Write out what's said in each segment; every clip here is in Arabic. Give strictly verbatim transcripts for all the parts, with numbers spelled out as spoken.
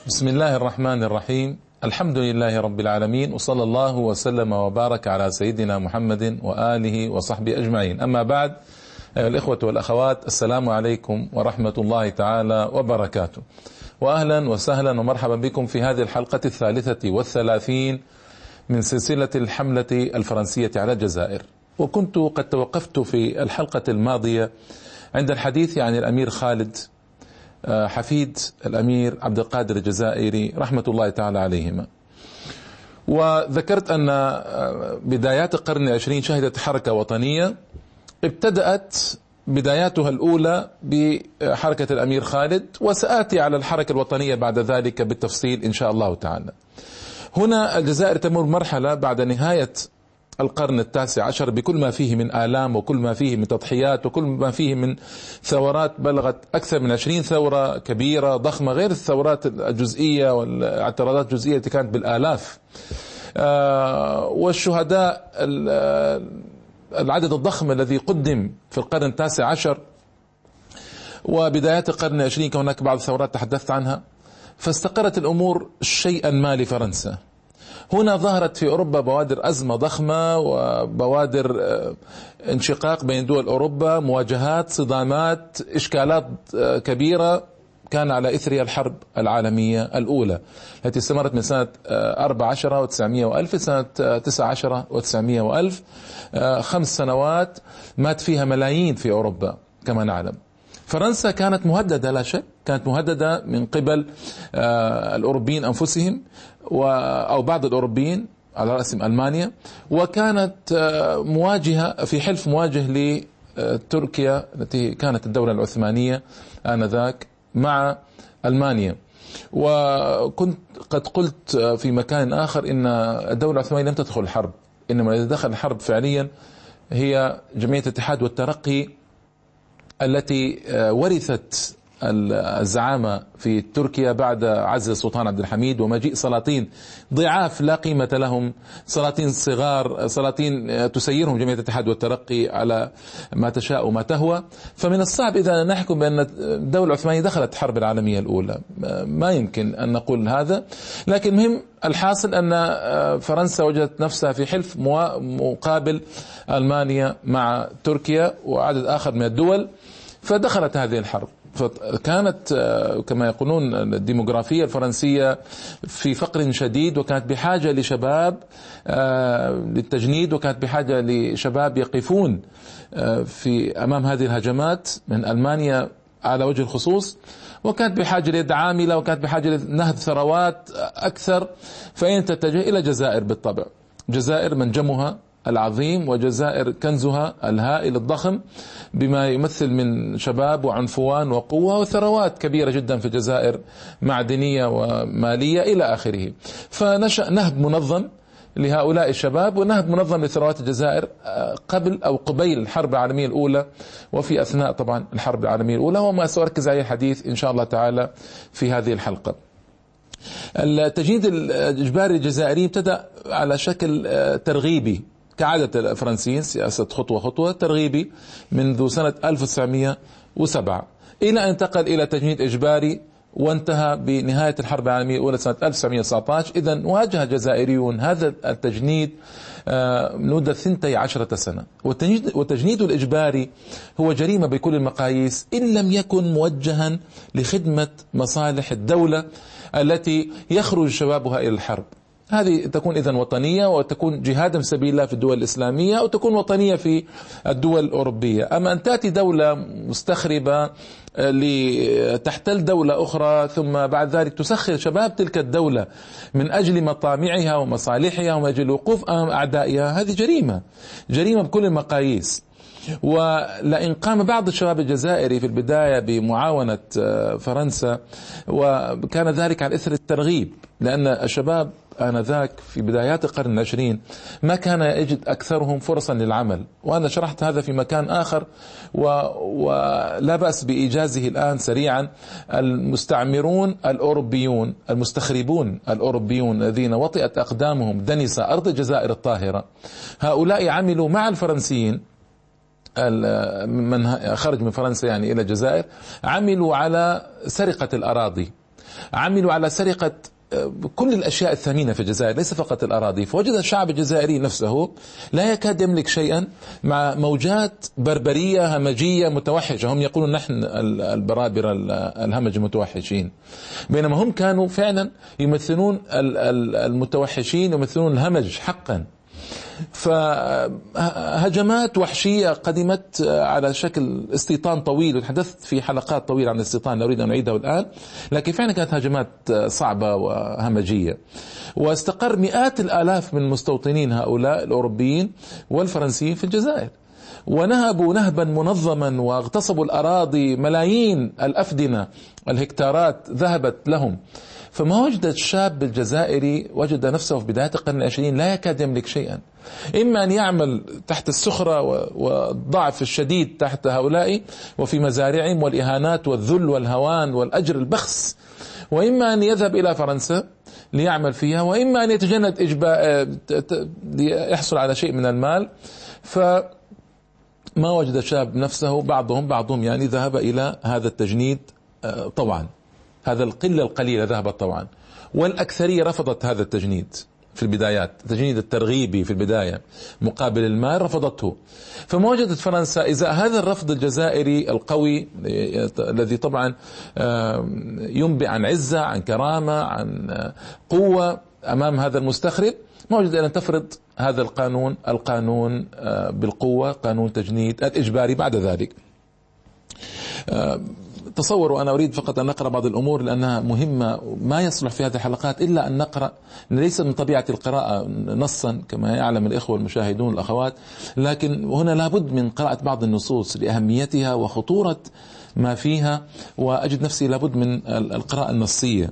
بسم الله الرحمن الرحيم. الحمد لله رب العالمين، وصلى الله وسلم وبارك على سيدنا محمد وآله وصحبه أجمعين. أما بعد، أيها الإخوة والأخوات، السلام عليكم ورحمة الله تعالى وبركاته، وأهلا وسهلا ومرحبا بكم في هذه الحلقة الثالثة والثلاثين من سلسلة الحملة الفرنسية على الجزائر. وكنت قد توقفت في الحلقة الماضية عند الحديث عن الأمير خالد حفيد الأمير عبد القادر الجزائري رحمة الله تعالى عليهما، وذكرت أن بدايات القرن العشرين شهدت حركة وطنية ابتدأت بداياتها الأولى بحركة الأمير خالد، وسآتي على الحركة الوطنية بعد ذلك بالتفصيل إن شاء الله تعالى. هنا الجزائر تمر مرحلة بعد نهاية القرن التاسع عشر بكل ما فيه من آلام وكل ما فيه من تضحيات وكل ما فيه من ثورات بلغت أكثر من عشرين ثورة كبيرة ضخمة، غير الثورات الجزئية والاعتراضات الجزئية التي كانت بالآلاف، والشهداء العدد الضخم الذي قدم في القرن التاسع عشر وبدايات القرن العشرين. كان هناك بعض الثورات تحدثت عنها، فاستقرت الأمور شيئا ما لفرنسا. هنا ظهرت في أوروبا بوادر أزمة ضخمة وبوادر انشقاق بين دول أوروبا، مواجهات، صدامات، إشكالات كبيرة كان على إثرها الحرب العالمية الأولى التي استمرت من سنة أربعة عشر وتسعمائة وألف سنة تسعة عشر وتسعمائة وألف، خمس سنوات مات فيها ملايين في أوروبا كما نعلم. فرنسا كانت مهددة لا شك، كانت مهددة من قبل الأوروبيين أنفسهم أو بعض الأوروبيين على رأسهم ألمانيا، وكانت مواجهة في حلف مواجه لتركيا التي كانت الدولة العثمانية آنذاك مع ألمانيا. وكنت قد قلت في مكان آخر إن الدولة العثمانية لم تدخل الحرب، إنما الذي دخل الحرب فعليا هي جمعية الاتحاد والترقي التي ورثت الزعامة في تركيا بعد عزل السلطان عبد الحميد ومجيء سلاطين ضعاف لا قيمة لهم، سلاطين صغار، سلاطين تسيرهم جمعية الاتحاد والترقي على ما تشاء وما تهوى. فمن الصعب إذا نحكم بأن الدولة العثمانية دخلت الحرب العالمية الأولى، ما يمكن أن نقول هذا. لكن مهم الحاصل أن فرنسا وجدت نفسها في حلف مقابل ألمانيا مع تركيا وعدد آخر من الدول، فدخلت هذه الحرب. فكانت كما يقولون الديموغرافية الفرنسية في فقر شديد، وكانت بحاجة لشباب للتجنيد، وكانت بحاجة لشباب يقفون في أمام هذه الهجمات من ألمانيا على وجه الخصوص، وكانت بحاجة ليد عاملة، وكانت بحاجة لنهض ثروات أكثر. فإن تتجه إلى الجزائر بالطبع، جزائر منجمها العظيم وجزائر كنزها الهائل الضخم بما يمثل من شباب وعنفوان وقوة وثروات كبيرة جدا في الجزائر، معدنية ومالية إلى آخره. فنشأ نهب منظم لهؤلاء الشباب ونهب منظم لثروات الجزائر قبل أو قبيل الحرب العالمية الأولى وفي أثناء طبعا الحرب العالمية الأولى، وما سأركز عليه الحديث إن شاء الله تعالى في هذه الحلقة. التجنيد الإجباري الجزائري ابتدأ على شكل ترغيبي كعادة الفرنسيين، سياسة خطوة خطوة، ترغيبي منذ سنة ألف وتسعمائة وسبعة إلى أن انتقل إلى تجنيد إجباري وانتهى بنهاية الحرب العالمية الأولى سنة ألف وتسعمائة وتسعة عشر. إذن واجه الجزائريون هذا التجنيد مدة ثنتي عشرة سنة. والتجنيد الإجباري هو جريمة بكل المقاييس إن لم يكن موجها لخدمة مصالح الدولة التي يخرج شبابها إلى الحرب. هذه تكون إذن وطنية، وتكون جهادا في سبيل الله في الدول الإسلامية، وتكون وطنية في الدول الأوروبية. أما أن تأتي دولة مستخربة لتحتل دولة أخرى ثم بعد ذلك تسخر شباب تلك الدولة من أجل مطامعها ومصالحها ومن أجل الوقوف أمام أعدائها، هذه جريمة، جريمة بكل المقاييس. ولئن قام بعض الشباب الجزائري في البداية بمعاونة فرنسا، وكان ذلك على إثر الترغيب، لأن الشباب آنذاك في بدايات القرن العشرين ما كان يجد أكثرهم فرصا للعمل، وأنا شرحت هذا في مكان آخر ولا بأس بإيجازه الآن سريعا. المستعمرون الأوروبيون المستخربون الأوروبيون الذين وطئت أقدامهم دنس أرض الجزائر الطاهرة، هؤلاء عملوا مع الفرنسيين من خرج من فرنسا يعني إلى الجزائر، عملوا على سرقة الأراضي عملوا على سرقة كل الأشياء الثمينة في الجزائر، ليس فقط الأراضي. فوجد الشعب الجزائري نفسه لا يكاد يملك شيئا مع موجات بربرية همجية متوحشة. هم يقولون نحن البرابرة الهمج المتوحشين، بينما هم كانوا فعلا يمثلون المتوحشين، يمثلون الهمج حقا. فهجمات وحشية قدمت على شكل استيطان طويل، وتحدثت في حلقات طويلة عن الاستيطان، لا أريد أن أعيده الآن، لكن فعلا كانت هجمات صعبة وهمجية. واستقر مئات الآلاف من المستوطنين هؤلاء الأوروبيين والفرنسيين في الجزائر، ونهبوا نهبا منظما واغتصبوا الأراضي، ملايين الأفدنة الهكتارات ذهبت لهم. فما وجد الشاب الجزائري وجد نفسه في بداية القرن العشرين لا يكاد يملك شيئا، إما أن يعمل تحت السخرة والضعف الشديد تحت هؤلاء وفي مزارعهم والإهانات والذل والهوان والأجر البخس، وإما أن يذهب إلى فرنسا ليعمل فيها، وإما أن يتجند إجباء ليحصل على شيء من المال. فما وجد الشاب نفسه، بعضهم بعضهم يعني ذهب إلى هذا التجنيد. طبعا هذا القلة القليلة ذهبت طبعا، والأكثرية رفضت هذا التجنيد في البدايات، التجنيد الترغيبي في البداية مقابل المال رفضته. فما وجدت فرنسا إذا هذا الرفض الجزائري القوي الذي طبعا ينبئ عن عزة، عن كرامة، عن قوة أمام هذا المستخرب، ما وجد أن تفرض هذا القانون القانون بالقوة، قانون تجنيد الإجباري بعد ذلك. تصوروا، أنا أريد فقط أن نقرأ بعض الأمور لأنها مهمة، ما يصلح في هذه الحلقات إلا أن نقرأ، ليس من طبيعة القراءة نصا كما يعلم الإخوة المشاهدون الأخوات، لكن هنا لابد من قراءة بعض النصوص لأهميتها وخطورة ما فيها، وأجد نفسي لابد من القراءة النصية.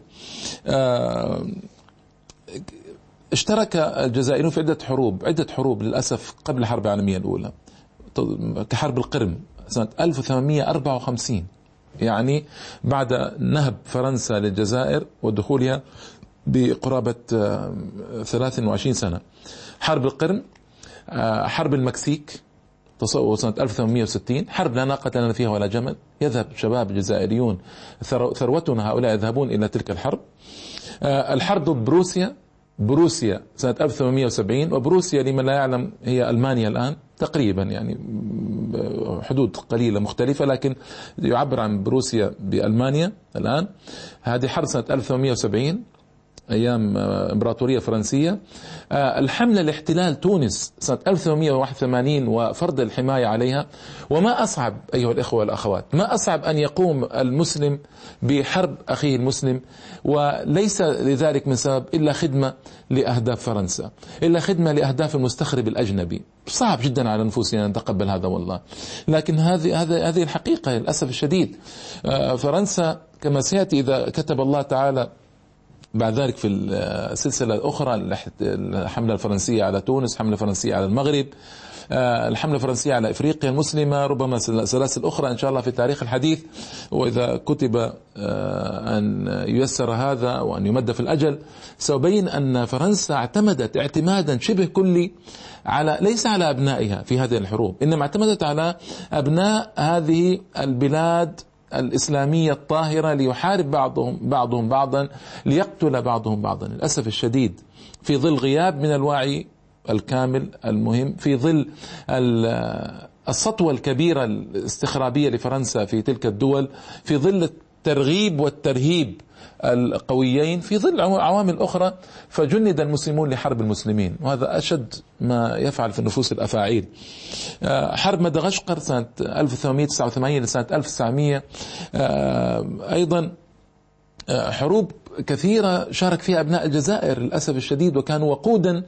اشترك الجزائريون في عدة حروب عدة حروب للأسف قبل الحرب العالمية الأولى، كحرب القرم سنة ألف وثمانمئة وأربعة وخمسين، يعني بعد نهب فرنسا للجزائر ودخولها بقرابة ثلاث وعشرين سنة. حرب القرم، حرب المكسيك تصور سنة ألف وثمانمئة وستين، حرب لا ناقة لنا فيها ولا جمل، يذهب شباب الجزائريون ثروتنا هؤلاء يذهبون إلى تلك الحرب. الحرب ضد بروسيا، بروسيا سنة ألف وثمانمئة وسبعين، وبروسيا لمن لا يعلم هي ألمانيا الآن تقريبا، يعني حدود قليلة مختلفة، لكن يعبر عن بروسيا بألمانيا الآن. هذه حرب سنة ألف وثمانمئة وسبعين أيام إمبراطورية فرنسية. الحملة لاحتلال تونس سنة ألف وثمانمئة وواحد وثمانين وفرض الحماية عليها. وما أصعب أيها الإخوة والأخوات، ما أصعب أن يقوم المسلم بحرب أخيه المسلم، وليس لذلك من سبب إلا خدمة لأهداف فرنسا، إلا خدمة لأهداف المستخرب الأجنبي. صعب جدا على نفوسنا أن نتقبل هذا والله، لكن هذه هذه هذه الحقيقة للأسف الشديد. فرنسا كما سيأتي إذا كتب الله تعالى بعد ذلك في السلسلة الأخرى، الحملة الفرنسية على تونس، الحملة الفرنسية على المغرب، الحملة الفرنسية على إفريقيا المسلمة، ربما سلاسل أخرى إن شاء الله في تاريخ الحديث. وإذا كتب أن ييسر هذا وأن يمد في الأجل، سأبين أن فرنسا اعتمدت اعتمادا شبه كلي على ليس على أبنائها في هذه الحروب، إنما اعتمدت على أبناء هذه البلاد الإسلامية الطاهرة ليحارب بعضهم بعضهم بعضا، ليقتل بعضهم بعضا. للأسف الشديد في ظل غياب من الوعي الكامل المهم، في ظل السطوة الكبيرة الاستخرابية لفرنسا في تلك الدول، في ظل الترغيب والترهيب القويين، في ظل عوامل أخرى، فجند المسلمون لحرب المسلمين، وهذا أشد ما يفعل في النفوس الأفاعيل. حرب مدغشقر سنة ألف وثمانمئة وتسعة وثمانين لسنة ألف وتسعمئة، أيضا حروب كثيرة شارك فيها أبناء الجزائر للأسف الشديد، وكانوا وقودا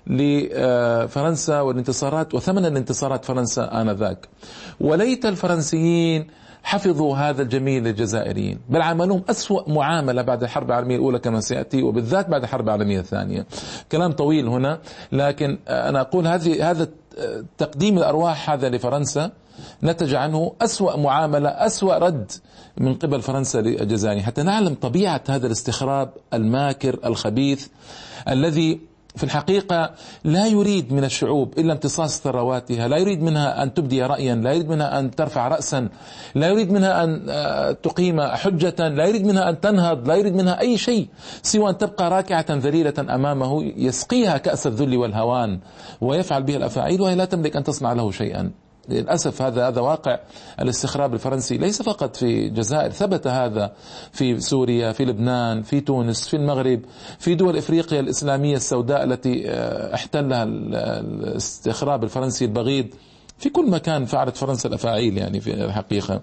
لفرنسا والانتصارات وثمن الانتصارات فرنسا آنذاك. وليت الفرنسيين حفظوا هذا الجميل للجزائريين، بل عملهم أسوأ معاملة بعد الحرب العالمية الأولى كما سيأتي، وبالذات بعد الحرب العالمية الثانية. كلام طويل هنا، لكن أنا أقول هذه هذا تقديم الأرواح هذا لفرنسا نتج عنه أسوأ معاملة، أسوأ رد من قبل فرنسا للجزائر، حتى نعلم طبيعة هذا الاستخراب الماكر الخبيث الذي في الحقيقة لا يريد من الشعوب إلا امتصاص ثرواتها، لا يريد منها أن تبدي رأيا، لا يريد منها أن ترفع رأسا، لا يريد منها أن تقيم حجة، لا يريد منها أن تنهض، لا يريد منها أي شيء سوى أن تبقى راكعة ذليلة أمامه يسقيها كأس الذل والهوان ويفعل بها الأفاعيل وهي لا تملك أن تصنع له شيئا. للأسف هذا هذا واقع الاستخراب الفرنسي، ليس فقط في الجزائر، ثبت هذا في سوريا، في لبنان، في تونس، في المغرب، في دول إفريقيا الإسلامية السوداء التي احتلها الاستخراب الفرنسي البغيض. في كل مكان فعلت فرنسا الأفاعيل يعني في الحقيقة.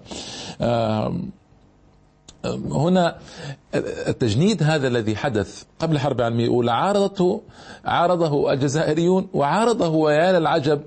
هنا التجنيد هذا الذي حدث قبل الحرب العالمية الأولى عارضته عارضه الجزائريون، وعارضه ويا للعجب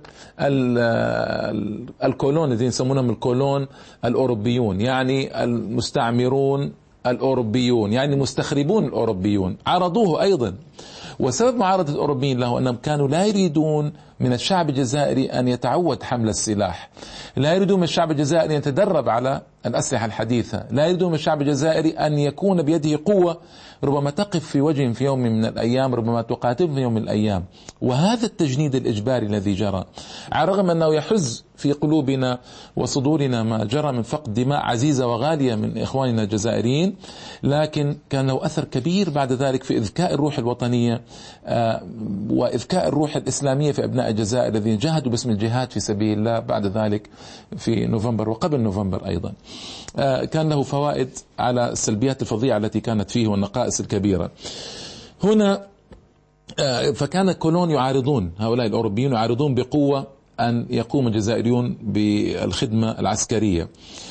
الكولون الذين يسمونهم الكولون الأوروبيون، يعني المستعمرون الأوروبيون، يعني المستخربون الأوروبيون، عارضوه أيضا. وسبب معارضة الأوروبيين له أنهم كانوا لا يريدون من الشعب الجزائري أن يتعود حمل السلاح، لا يريدون من الشعب الجزائري أن يتدرب على الأسلحة الحديثة، لا يريدون من الشعب الجزائري أن يكون بيده قوة ربما تقف في وجه في يوم من الأيام، ربما تقاتل في يوم من الأيام. وهذا التجنيد الإجباري الذي جرى، على الرغم أنه يحز في قلوبنا وصدورنا ما جرى من فقد دماء عزيزة وغالية من إخواننا الجزائريين، لكن كان له أثر كبير بعد ذلك في إذكاء الروح الوطنية وإذكاء الروح الإسلامية في أبناء الجزائر الذين جاهدوا باسم الجهاد في سبيل الله بعد ذلك في نوفمبر وقبل نوفمبر أيضا. كان له فوائد على السلبيات الفظيعة التي كانت فيه والنقائص الكبيرة. هنا فكان الكولون يعارضون، هؤلاء الأوروبيين يعارضون بقوة أن يقوم الجزائريون بالخدمة العسكرية.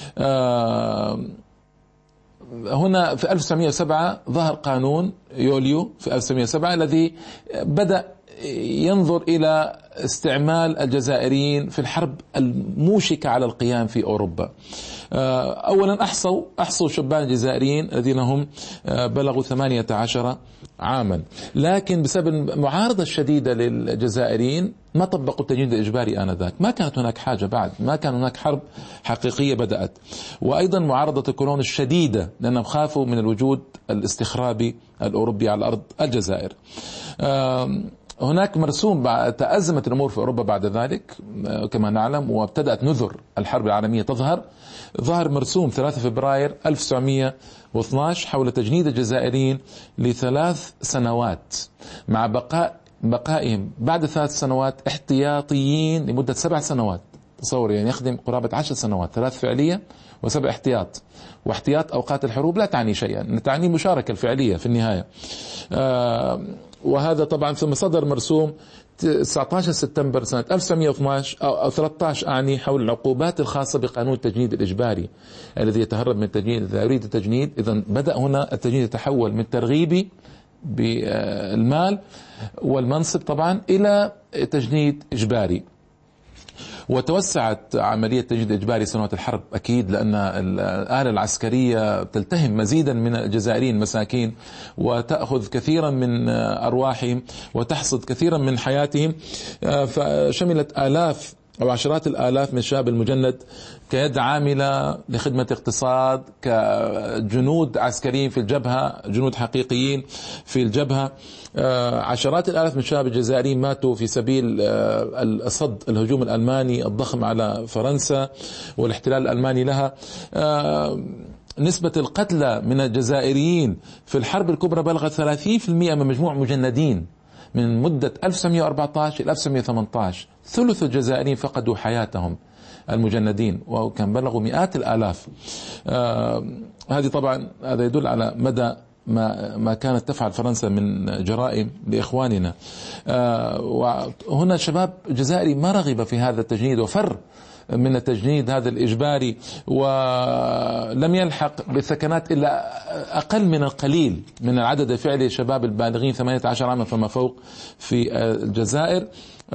هنا في ألف وتسعمئة وسبعة ظهر قانون يوليو في ألف وتسعمئة وسبعة الذي بدأ ينظر إلى استعمال الجزائريين في الحرب الموشكة على القيام في أوروبا. أولا أحصوا أحصوا شبان جزائريين الذين هم بلغوا ثمانية عشر عاما، لكن بسبب المعارضة الشديدة للجزائريين ما طبقوا التجنيد الإجباري آنذاك، ما كانت هناك حاجة بعد، ما كان هناك حرب حقيقية بدأت. وأيضا معارضة الكولون الشديدة لأنهم خافوا من الوجود الاستخرابي الأوروبي على أرض الجزائر. هناك مرسوم تأزمت الأمور في أوروبا بعد ذلك كما نعلم، وابتدأت نذر الحرب العالمية تظهر. ظهر مرسوم ثلاثة فبراير ألف وتسعمئة واثني عشر حول تجنيد الجزائريين لثلاث سنوات، مع بقاء بقائهم بعد ثلاث سنوات احتياطيين لمدة سبع سنوات. تصور يعني يخدم قرابة عشر سنوات، ثلاث فعلية وسبع احتياط. واحتياط أوقات الحروب لا تعني شيئا، تعني مشاركة الفعلية في النهاية. آه وهذا طبعا ثم صدر مرسوم تسعة عشر سبتمبر سنة ألف وتسعمئة واثني عشر أو ثلاثة عشر أعني حول العقوبات الخاصة بقانون التجنيد الإجباري الذي يتهرب من التجنيد إذا يريد التجنيد. إذا بدأ هنا التجنيد يتحول من ترغيبي بالمال والمنصب طبعا إلى تجنيد إجباري. وتوسعت عملية التجنيد الإجباري سنوات الحرب أكيد، لأن الآلة العسكرية تلتهم مزيدا من الجزائريين المساكين وتأخذ كثيرا من أرواحهم وتحصد كثيرا من حياتهم. فشملت آلاف أو عشرات الآلاف من الشباب المجند كيد عاملة لخدمة اقتصاد، كجنود عسكريين في الجبهة، جنود حقيقيين في الجبهة. عشرات الآلاف من الشباب الجزائريين ماتوا في سبيل الصد الهجوم الألماني الضخم على فرنسا والاحتلال الألماني لها. نسبة القتلى من الجزائريين في الحرب الكبرى بلغت ثلاثين بالمئة من مجموع مجندين من مدة ألف وتسعمئة وأربعة عشر إلى ألف وتسعمئة وثمانية عشر. ثلث الجزائريين فقدوا حياتهم المجندين، وكان بلغوا مئات الآلاف. آه هذه طبعا هذا يدل على مدى ما ما كانت تفعل فرنسا من جرائم لإخواننا. آه وهنا شباب جزائري ما رغب في هذا التجنيد وفر من التجنيد هذا الإجباري، ولم يلحق بالثكنات إلا أقل من القليل من العدد الفعلي الشباب البالغين ثمانية عشر عاما فما فوق في الجزائر.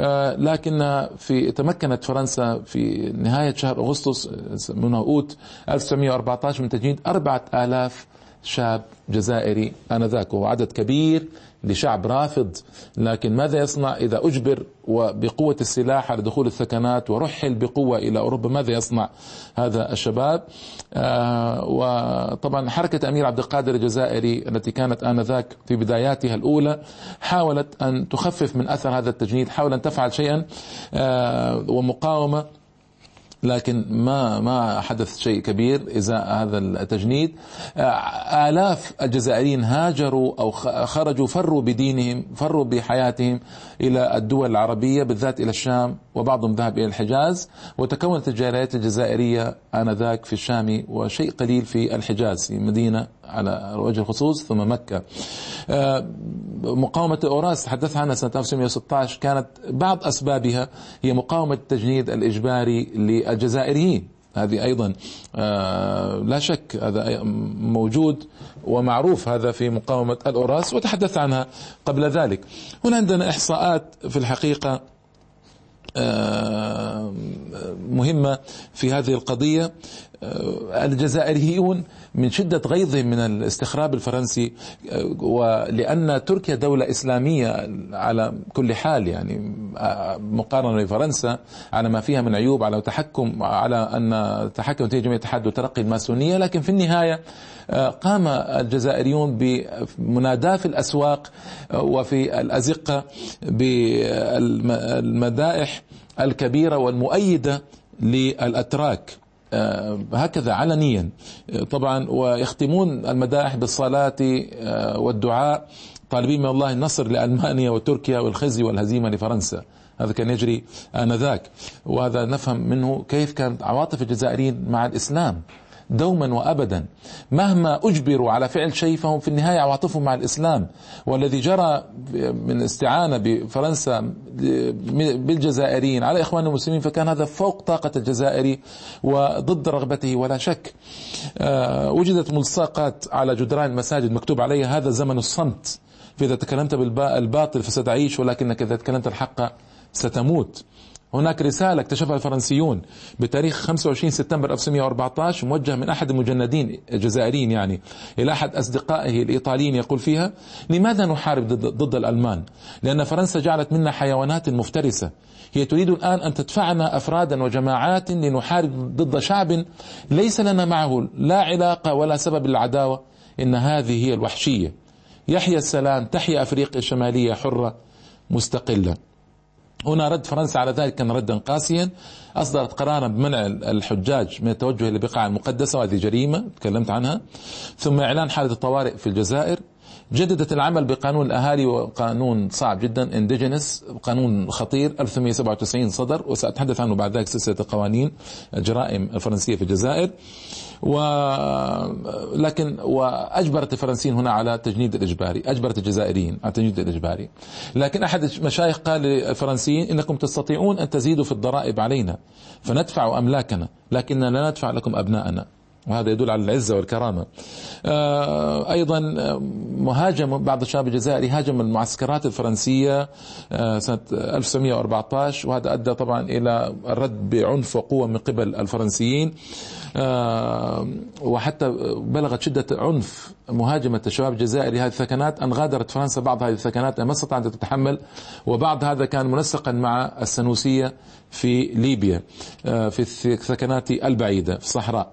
لكن في تمكنت فرنسا في نهاية شهر أغسطس من أوت ألف وتسعمئة وأربعة عشر من تجنيد أربعة آلاف شاب جزائري آنذاك، وهو عدد كبير لشعب رافض، لكن ماذا يصنع إذا أجبر وبقوة السلاح على دخول الثكنات ورحل بقوة إلى أوروبا؟ ماذا يصنع هذا الشباب؟ آه وطبعا حركة أمير عبد القادر الجزائري التي كانت آنذاك في بداياتها الأولى حاولت أن تخفف من أثر هذا التجنيد، حاولت أن تفعل شيئا آه ومقاومة، لكن ما ما حدث شيء كبير إزاء هذا التجنيد. آلاف الجزائريين هاجروا أو خرجوا، فروا بدينهم، فروا بحياتهم إلى الدول العربية، بالذات إلى الشام، وبعضهم ذهب إلى الحجاز، وتكونت الجاليات الجزائرية آنذاك في الشام وشيء قليل في الحجاز، في مدينة على وجه الخصوص، ثم مكة. مقاومة أوراس تحدث عنها سنة ألف وتسعمئة وستة عشر، كانت بعض أسبابها هي مقاومة التجنيد الإجباري للجزائريين. هذه أيضا لا شك هذا موجود ومعروف، هذا في مقاومة الأوراس وتحدث عنها قبل ذلك. هنا عندنا إحصاءات في الحقيقة مهمة في هذه القضية. الجزائريون من شدة غيظهم من الاستخراب الفرنسي، ولأن تركيا دولة إسلامية على كل حال، يعني مقارنة بفرنسا على ما فيها من عيوب، على تحكم على أن تحكم نتيجة جمعية الاتحاد وترقي الماسونية، لكن في النهاية قام الجزائريون بمناداة في الأسواق وفي الأزقة بالمدائح الكبيرة والمؤيدة للأتراك، هكذا علنيا طبعا، ويختمون المدائح بالصلاة والدعاء طالبين من الله النصر لألمانيا وتركيا والخزي والهزيمة لفرنسا. هذا كان يجري آنذاك، وهذا نفهم منه كيف كانت عواطف الجزائريين مع الإسلام دوما وأبدا، مهما أجبروا على فعل شيء فهم في النهاية عواطفهم مع الإسلام. والذي جرى من استعانة بفرنسا بالجزائريين على إخوان المسلمين فكان هذا فوق طاقة الجزائري وضد رغبته ولا شك. وجدت ملصقات على جدران المساجد مكتوب عليها هذا زمن الصمت، فإذا تكلمت بالباطل فستعيش، ولكنك إذا تكلمت الحق ستموت. هناك رسالة اكتشفها الفرنسيون بتاريخ خمسة وعشرين سبتمبر ألف وتسعمئة وأربعة عشر موجه من أحد المجندين الجزائريين يعني إلى أحد أصدقائه الإيطاليين، يقول فيها: لماذا نحارب ضد, ضد الألمان؟ لأن فرنسا جعلت منا حيوانات مفترسة، هي تريد الآن أن تدفعنا أفرادا وجماعات لنحارب ضد شعب ليس لنا معه لا علاقة ولا سبب للعداوة. إن هذه هي الوحشية. يحيى السلام، تحيا أفريقيا الشمالية حرة مستقلة. هنا رد فرنسا على ذلك كان ردا قاسيا، أصدرت قرارا بمنع الحجاج من التوجه للبقاع المقدسة، وهذه جريمة تكلمت عنها. ثم إعلان حالة الطوارئ في الجزائر. جددت العمل بقانون الأهالي، وقانون صعب جدا انديجينس، قانون خطير ألف وثمانمئة وسبعة وتسعين صدر، وسأتحدث عنه بعد ذلك، سلسلة القوانين الجرائم الفرنسية في الجزائر. ولكن وأجبرت الفرنسيين هنا على تجنيد الإجباري، أجبرت الجزائريين على تجنيد الإجباري. لكن أحد المشايخ قال للفرنسيين: إنكم تستطيعون أن تزيدوا في الضرائب علينا فندفع أملاكنا، لكننا لا ندفع لكم أبناءنا. وهذا يدل على العزة والكرامة. أيضا مهاجم بعض الشباب الجزائري، هاجم المعسكرات الفرنسية سنة ألف وتسعمئة وأربعة عشر، وهذا أدى طبعا إلى الرد بعنف وقوة من قبل الفرنسيين، وحتى بلغت شدة عنف مهاجمة الشباب الجزائري هذه الثكنات أن غادرت فرنسا بعض هذه الثكنات ما استطاعت أن تتحمل، وبعض هذا كان منسقا مع السنوسية في ليبيا في الثكنات البعيدة في الصحراء.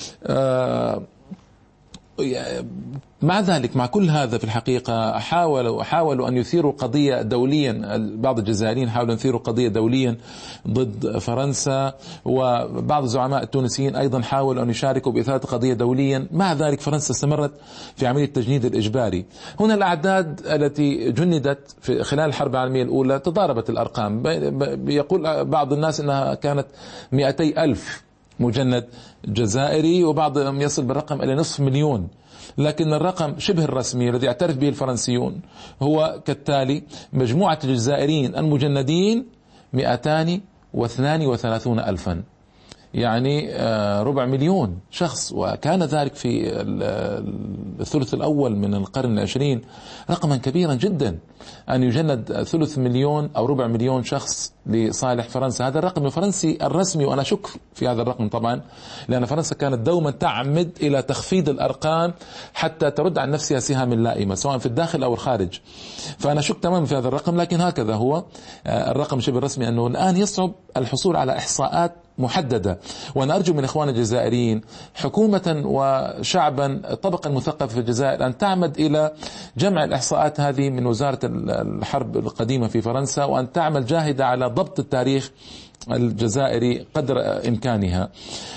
مع ذلك مع كل هذا في الحقيقة حاولوا حاولوا أن يثيروا قضية دوليا، بعض الجزائريين حاولوا أن يثيروا قضية دوليا ضد فرنسا، وبعض الزعماء التونسيين أيضا حاولوا أن يشاركوا بإثارة قضية دوليا. مع ذلك فرنسا استمرت في عملية التجنيد الإجباري. هنا الأعداد التي جندت في خلال الحرب العالمية الأولى تضاربت الأرقام، يقول بعض الناس أنها كانت مئتي ألف مجند جزائري، وبعضهم يصل بالرقم إلى نصف مليون. لكن الرقم شبه الرسمي الذي يعترف به الفرنسيون هو كالتالي: مجموعة الجزائريين المجندين مئتان واثنان وثلاثون ألفا. يعني ربع مليون شخص، وكان ذلك في الثلث الأول من القرن العشرين رقما كبيرا جدا، أن يجند ثلث مليون أو ربع مليون شخص لصالح فرنسا. هذا الرقم الفرنسي الرسمي، وأنا أشك في هذا الرقم طبعا، لأن فرنسا كانت دوما تعمد إلى تخفيض الأرقام حتى ترد عن نفسها سهام لائمة سواء في الداخل أو الخارج. فأنا أشك تماما في هذا الرقم، لكن هكذا هو الرقم شبه الرسمي، أنه الآن يصعب الحصول على إحصاءات محددة. وأنا أرجو من إخوان الجزائريين حكومة وشعبا طبقا مثقف في الجزائر أن تعمد إلى جمع الإحصاءات هذه من وزارة الحرب القديمة في فرنسا، وأن تعمل جاهدة على ضبط التاريخ الجزائري قدر إمكانها.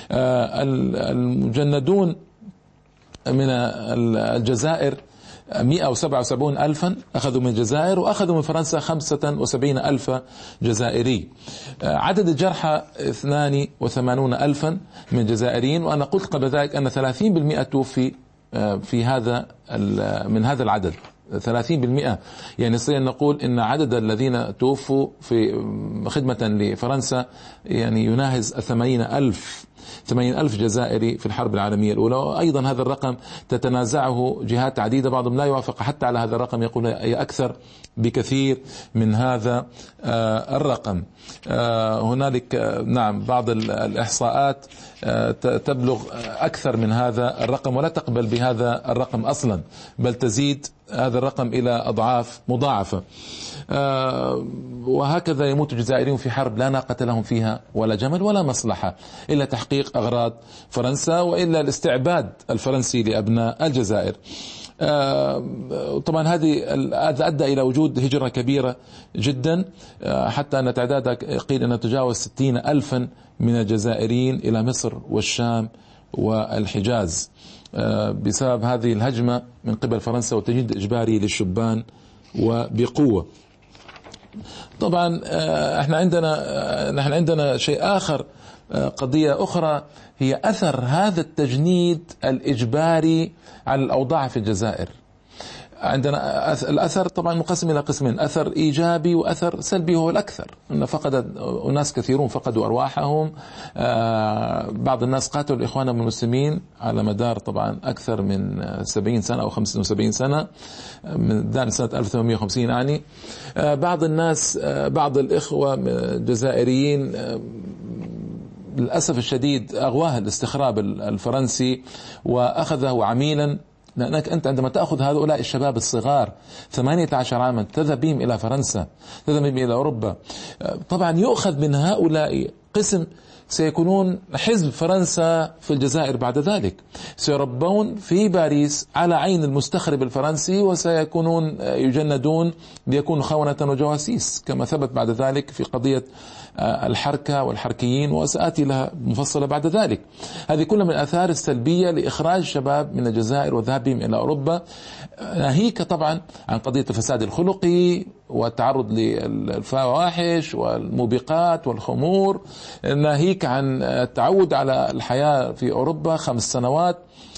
المجندون من الجزائر مئة وسبعة وسبعين ألفا أخذوا من الجزائر، وأخذوا من فرنسا خمسة وسبعين ألف جزائري. عدد الجرحى اثنان وثمانون ألفا من جزائريين، وأنا قلت قبل ذلك أن ثلاثين بالمئة توفي في هذا من هذا العدد، ثلاثين بالمئة. يعني نستطيع أن نقول أن عدد الذين توفوا في خدمة لفرنسا يعني يناهز ثمانين ألف ثمانين ألف جزائري في الحرب العالمية الأولى. وأيضا هذا الرقم تتنازعه جهات عديدة، بعضهم لا يوافق حتى على هذا الرقم، يقول هي أكثر بكثير من هذا الرقم. هنالك نعم بعض الإحصاءات تبلغ أكثر من هذا الرقم ولا تقبل بهذا الرقم أصلا، بل تزيد هذا الرقم إلى أضعاف مضاعفة. وهكذا يموت الجزائريون في حرب لا ناقة لهم فيها ولا جمل ولا مصلحة إلا تحقيق أغراض فرنسا وإلا الاستعباد الفرنسي لأبناء الجزائر. طبعا هذه هذا أدى إلى وجود هجرة كبيرة جدا، حتى أن تعدادها قيل أنها تجاوز ستين ألفا من الجزائريين إلى مصر والشام والحجاز بسبب هذه الهجمة من قبل فرنسا والتجنيد الإجباري للشبان وبقوة. طبعا احنا عندنا نحن عندنا شيء آخر، قضية أخرى هي أثر هذا التجنيد الإجباري على الأوضاع في الجزائر. عندنا الأثر طبعا مقسم إلى قسمين، أثر إيجابي وأثر سلبي. هو الأكثر أن فقد أناس كثيرون فقدوا أرواحهم، بعض الناس قاتلوا الإخوان المسلمين على مدار طبعا أكثر من سبعين سنة أو خمسة وسبعين سنة من سنة ألف وثمانمئة وخمسين يعني. بعض الناس بعض الإخوة الجزائريين للأسف الشديد أغواه الاستخراب الفرنسي وأخذه عميلا، لأنك أنت عندما تأخذ هؤلاء الشباب الصغار ثمانية عشر عاما تذهب بهم إلى فرنسا، تذهب بهم إلى أوروبا، طبعا يؤخذ من هؤلاء قسم سيكونون حزب فرنسا في الجزائر بعد ذلك، سيربون في باريس على عين المستخرب الفرنسي وسيكونون يجندون ليكونوا خونة وجواسيس كما ثبت بعد ذلك في قضية الحركة والحركيين، وسآتي لها مفصلة بعد ذلك. هذه كلها من الآثار السلبية لإخراج الشباب من الجزائر وذهابهم إلى أوروبا، ناهيك طبعا عن قضية الفساد الخلقي والتعرض للفواحش والموبقات والخمور، ناهيك عن التعود على الحياة في أوروبا خمس سنوات،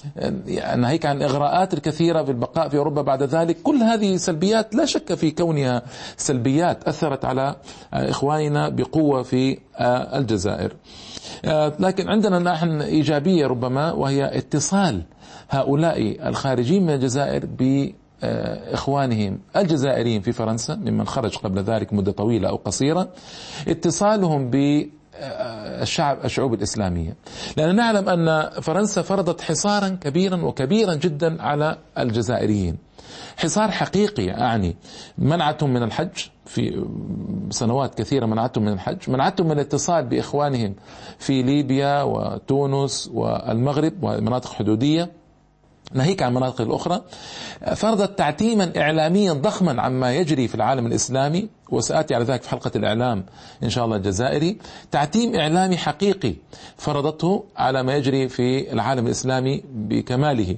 ناهيك عن الإغراءات الكثيرة في البقاء في أوروبا بعد ذلك. كل هذه سلبيات لا شك في كونها سلبيات أثرت على إخواننا بقوة في الجزائر. لكن عندنا نحن إيجابية ربما، وهي اتصال هؤلاء الخارجين من الجزائر بإخوانهم الجزائريين في فرنسا ممن خرج قبل ذلك مدة طويلة أو قصيرة، اتصالهم ب الشعب الشعوب الإسلامية، لأن نعلم أن فرنسا فرضت حصارا كبيرا وكبيرا جدا على الجزائريين، حصار حقيقي، أعني منعتهم من الحج في سنوات كثيرة، منعتهم من الحج، منعتهم من الاتصال بإخوانهم في ليبيا وتونس والمغرب ومناطق حدودية، ناهيك عن المناطق الأخرى. فرضت تعتيما إعلاميا ضخما عما يجري في العالم الإسلامي، وسآتي على ذلك في حلقة الإعلام إن شاء الله الجزائري. تعتيم إعلامي حقيقي فرضته على ما يجري في العالم الإسلامي بكماله،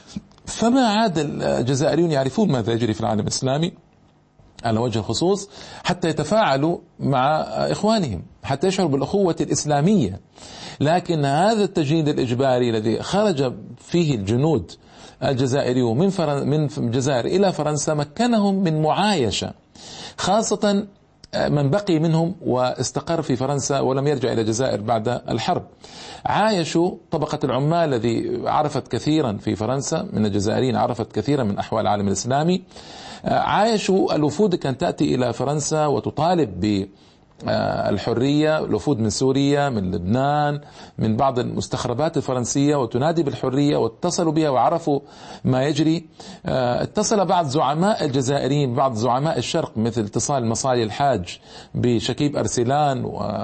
فما عاد الجزائريون يعرفون ماذا يجري في العالم الإسلامي على وجه الخصوص حتى يتفاعلوا مع إخوانهم، حتى يشعروا بالأخوة الإسلامية. لكن هذا التجنيد الإجباري الذي خرج فيه الجنود الجزائريون من من الجزائر إلى فرنسا مكنهم من معايشة، خاصة من بقي منهم واستقر في فرنسا ولم يرجع إلى الجزائر بعد الحرب. عايشوا طبقة العمال الذي عرفت كثيرا في فرنسا من الجزائريين، عرفت كثيرا من أحوال العالم الإسلامي. عايشوا الوفود كانت تأتي إلى فرنسا وتطالب ب الحرية، الوفود من سوريا، من لبنان، من بعض المستخربات الفرنسية، وتنادي بالحرية، واتصلوا بها وعرفوا ما يجري. اتصل بعض زعماء الجزائريين، بعض زعماء الشرق، مثل اتصال مصالي الحاج بشكيب أرسلان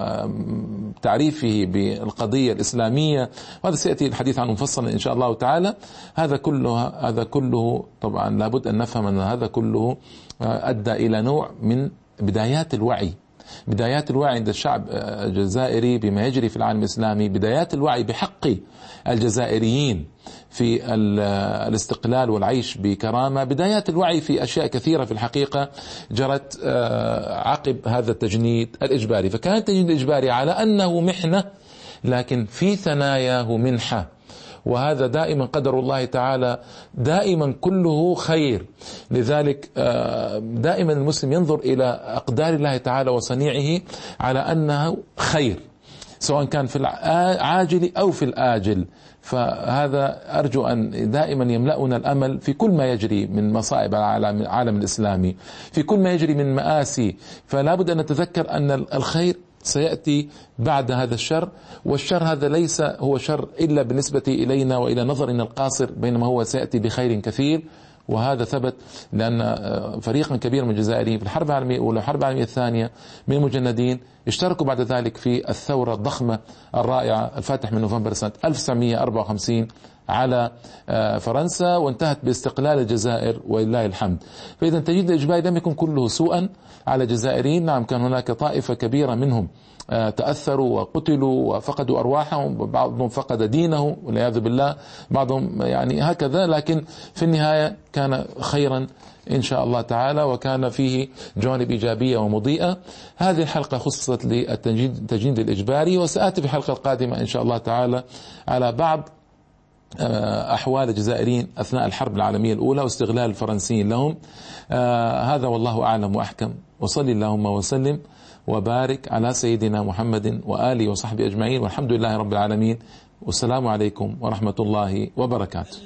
وتعريفه بالقضية الإسلامية، وهذا سيأتي الحديث عنه مفصلا إن شاء الله تعالى. هذا كله هذا كله طبعا لابد أن نفهم أن هذا كله أدى إلى نوع من بدايات الوعي، بدايات الوعي عند الشعب الجزائري بما يجري في العالم الإسلامي، بدايات الوعي بحق الجزائريين في الاستقلال والعيش بكرامة، بدايات الوعي في أشياء كثيرة في الحقيقة جرت عقب هذا التجنيد الإجباري. فكان التجنيد الإجباري على أنه محنة، لكن في ثناياه منحة، وهذا دائما قدر الله تعالى، دائما كله خير. لذلك دائما المسلم ينظر إلى أقدار الله تعالى وصنيعه على أنه خير، سواء كان في العاجل أو في الآجل. فهذا أرجو أن دائما يملأنا الأمل في كل ما يجري من مصائب على العالم الإسلامي، في كل ما يجري من مآسي. فلا بد أن نتذكر أن الخير سيأتي بعد هذا الشر، والشر هذا ليس هو شر إلا بالنسبة إلينا وإلى نظرنا القاصر، بينما هو سيأتي بخير كثير. وهذا ثبت لأن فريقا كبيرا من الجزائريين في الحرب العالمية الأولى والحرب العالمية الثانية من المجندين اشتركوا بعد ذلك في الثورة الضخمة الرائعة الفاتح من نوفمبر سنة ألف وتسعمئة وأربعة وخمسين على فرنسا، وانتهت باستقلال الجزائر ولله الحمد. فإذا التجنيد الإجباري لم يكن كله سوءا على الجزائريين. نعم، كان هناك طائفة كبيرة منهم تأثروا وقتلوا وفقدوا أرواحهم، بعضهم فقد دينه والعياذ بالله، بعضهم يعني هكذا، لكن في النهاية كان خيرا إن شاء الله تعالى، وكان فيه جوانب إيجابية ومضيئة. هذه الحلقة خصصت للتجنيد الإجباري، وسآتي في الحلقة القادمة إن شاء الله تعالى على بعض أحوال الجزائريين أثناء الحرب العالمية الأولى واستغلال الفرنسيين لهم. آه هذا والله أعلم وأحكم، وصلي اللهم وسلم وبارك على سيدنا محمد وآله وصحبه أجمعين، والحمد لله رب العالمين، والسلام عليكم ورحمة الله وبركاته.